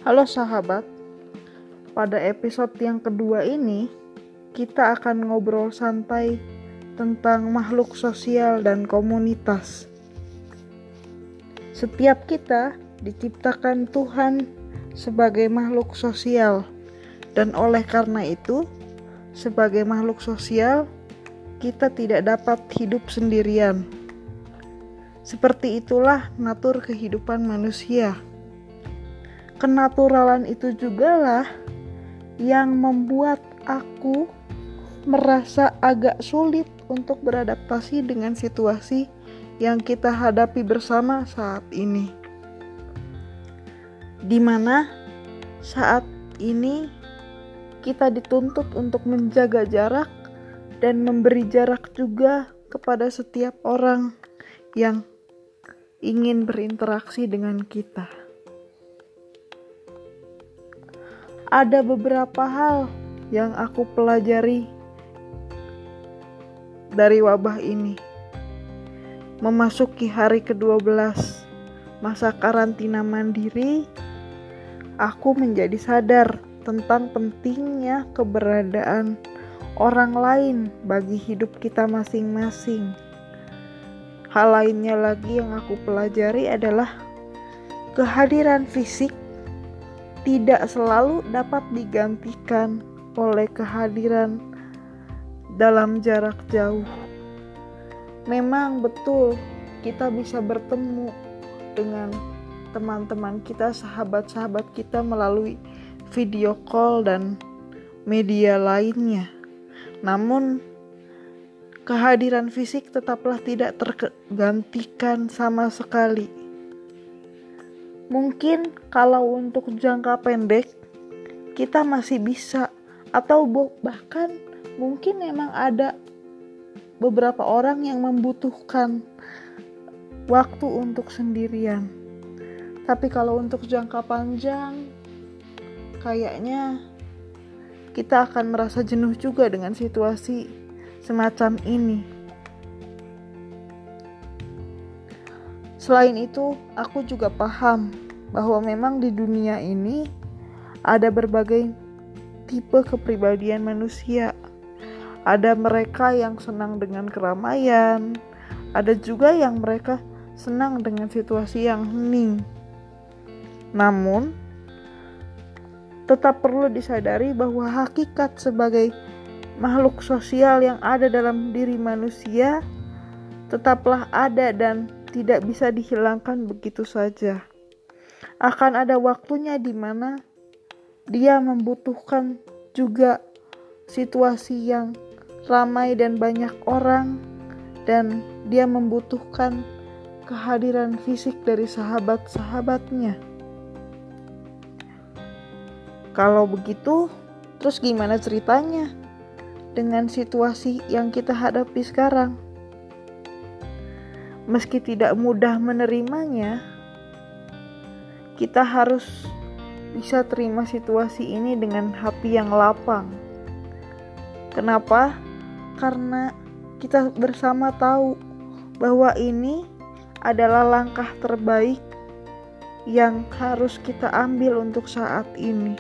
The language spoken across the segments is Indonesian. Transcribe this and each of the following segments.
Halo sahabat, pada episode yang kedua ini kita akan ngobrol santai tentang makhluk sosial dan komunitas. Setiap kita diciptakan Tuhan sebagai makhluk sosial, dan oleh karena itu, sebagai makhluk sosial, kita tidak dapat hidup sendirian. Seperti itulah natur kehidupan manusia. Kenaturalan itu jugalah yang membuat aku merasa agak sulit untuk beradaptasi dengan situasi yang kita hadapi bersama saat ini. Di mana saat ini kita dituntut untuk menjaga jarak dan memberi jarak juga kepada setiap orang yang ingin berinteraksi dengan kita. Ada beberapa hal yang aku pelajari dari wabah ini. Memasuki hari ke-12 masa karantina mandiri, aku menjadi sadar tentang pentingnya keberadaan orang lain bagi hidup kita masing-masing. Hal lainnya lagi yang aku pelajari adalah kehadiran fisik tidak selalu dapat digantikan oleh kehadiran dalam jarak jauh. Memang betul kita bisa bertemu dengan teman-teman kita, sahabat-sahabat kita melalui video call dan media lainnya. Namun kehadiran fisik tetaplah tidak tergantikan sama sekali. Mungkin kalau untuk jangka pendek kita masih bisa, atau bahkan mungkin memang ada beberapa orang yang membutuhkan waktu untuk sendirian. Tapi kalau untuk jangka panjang, kayaknya kita akan merasa jenuh juga dengan situasi semacam ini. Selain itu, aku juga paham bahwa memang di dunia ini ada berbagai tipe kepribadian manusia. Ada mereka yang senang dengan keramaian, ada juga yang mereka senang dengan situasi yang hening. Namun, tetap perlu disadari bahwa hakikat sebagai makhluk sosial yang ada dalam diri manusia tetaplah ada dan tidak bisa dihilangkan begitu saja. Akan ada waktunya di mana dia membutuhkan juga situasi yang ramai dan banyak orang, dan dia membutuhkan kehadiran fisik dari sahabat-sahabatnya. Kalau begitu, terus gimana ceritanya dengan situasi yang kita hadapi sekarang? Meski tidak mudah menerimanya, kita harus bisa terima situasi ini dengan hati yang lapang. Kenapa? Karena kita bersama tahu bahwa ini adalah langkah terbaik yang harus kita ambil untuk saat ini.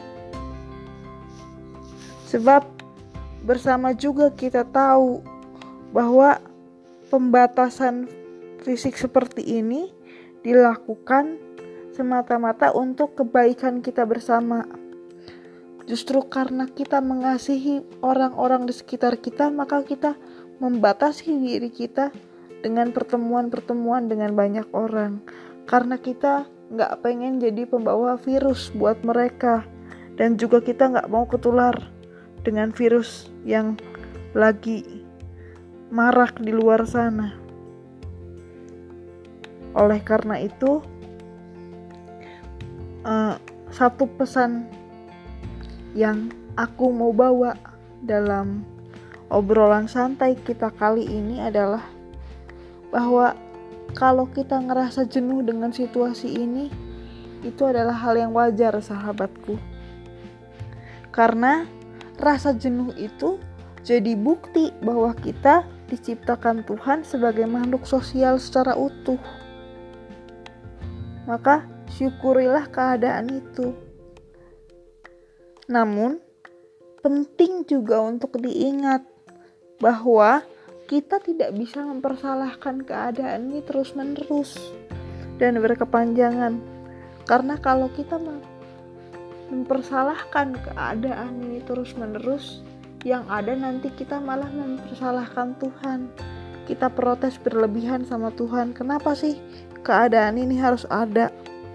Sebab bersama juga kita tahu bahwa pembatasan fisik seperti ini dilakukan semata-mata untuk kebaikan kita bersama. Justru karena kita mengasihi orang-orang di sekitar kita, maka kita membatasi diri kita dengan pertemuan-pertemuan dengan banyak orang. Karena kita gak pengen jadi pembawa virus buat mereka, dan juga kita gak mau ketular dengan virus yang lagi marak di luar sana. Oleh karena itu, satu pesan yang aku mau bawa dalam obrolan santai kita kali ini adalah bahwa kalau kita ngerasa jenuh dengan situasi ini, itu adalah hal yang wajar, sahabatku. Karena rasa jenuh itu jadi bukti bahwa kita diciptakan Tuhan sebagai makhluk sosial secara utuh. Maka syukurilah keadaan itu. Namun, penting juga untuk diingat bahwa kita tidak bisa mempersalahkan keadaan ini terus-menerus dan berkepanjangan. Karena kalau kita mempersalahkan keadaan ini terus-menerus, yang ada nanti kita malah mempersalahkan Tuhan. Kita protes berlebihan sama Tuhan. Kenapa sih keadaan ini harus ada?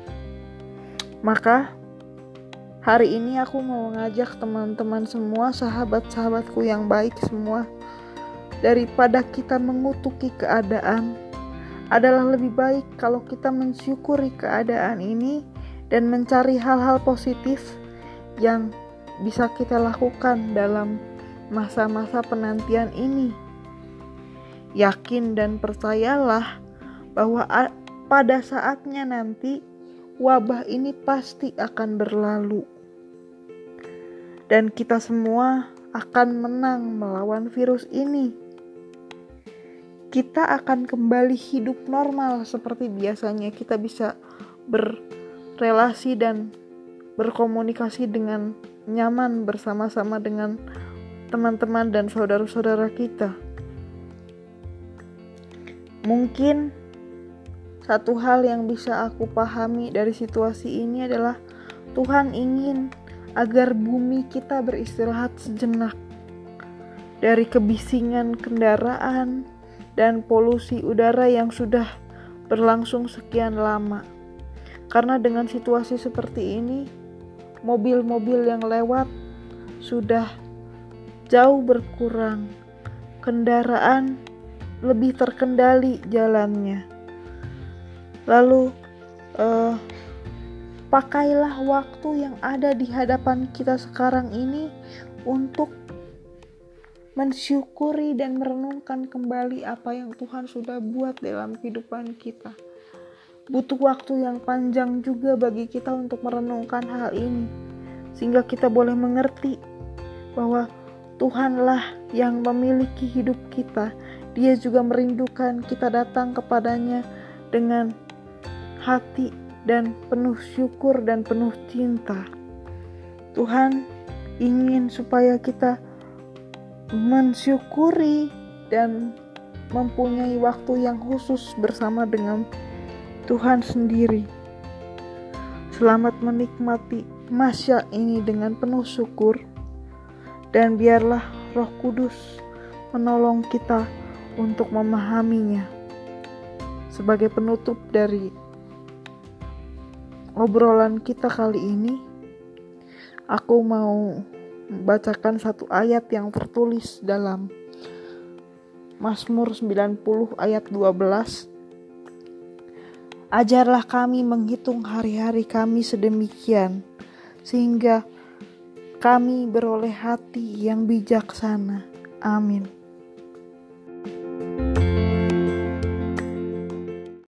Maka hari ini aku mau mengajak teman-teman semua, sahabat-sahabatku yang baik semua, daripada kita mengutuki keadaan, adalah lebih baik kalau kita mensyukuri keadaan ini dan mencari hal-hal positif yang bisa kita lakukan dalam masa-masa penantian ini. Yakin dan percayalah bahwa pada saatnya nanti wabah ini pasti akan berlalu. Dan kita semua akan menang melawan virus ini. Kita akan kembali hidup normal seperti biasanya. Kita bisa berrelasi dan berkomunikasi dengan nyaman bersama-sama dengan teman-teman dan saudara-saudara kita. Mungkin satu hal yang bisa aku pahami dari situasi ini adalah Tuhan ingin agar bumi kita beristirahat sejenak dari kebisingan kendaraan dan polusi udara yang sudah berlangsung sekian lama. Karena dengan situasi seperti ini, mobil-mobil yang lewat sudah jauh berkurang. Kendaraan lebih terkendali jalannya. Lalu pakailah waktu yang ada di hadapan kita sekarang ini untuk mensyukuri dan merenungkan kembali apa yang Tuhan sudah buat dalam kehidupan kita. Butuh waktu yang panjang juga bagi kita untuk merenungkan hal ini, sehingga kita boleh mengerti bahwa Tuhanlah yang memiliki hidup kita. Dia juga merindukan kita datang kepadanya dengan hati dan penuh syukur dan penuh cinta. Tuhan ingin supaya kita mensyukuri dan mempunyai waktu yang khusus bersama dengan Tuhan sendiri. Selamat menikmati masa ini dengan penuh syukur, dan biarlah Roh Kudus menolong kita untuk memahaminya. Sebagai penutup dari obrolan kita kali ini, aku mau membacakan satu ayat yang tertulis dalam Mazmur 90 ayat 12. Ajarlah kami menghitung hari-hari kami sedemikian, sehingga kami beroleh hati yang bijaksana. Amin.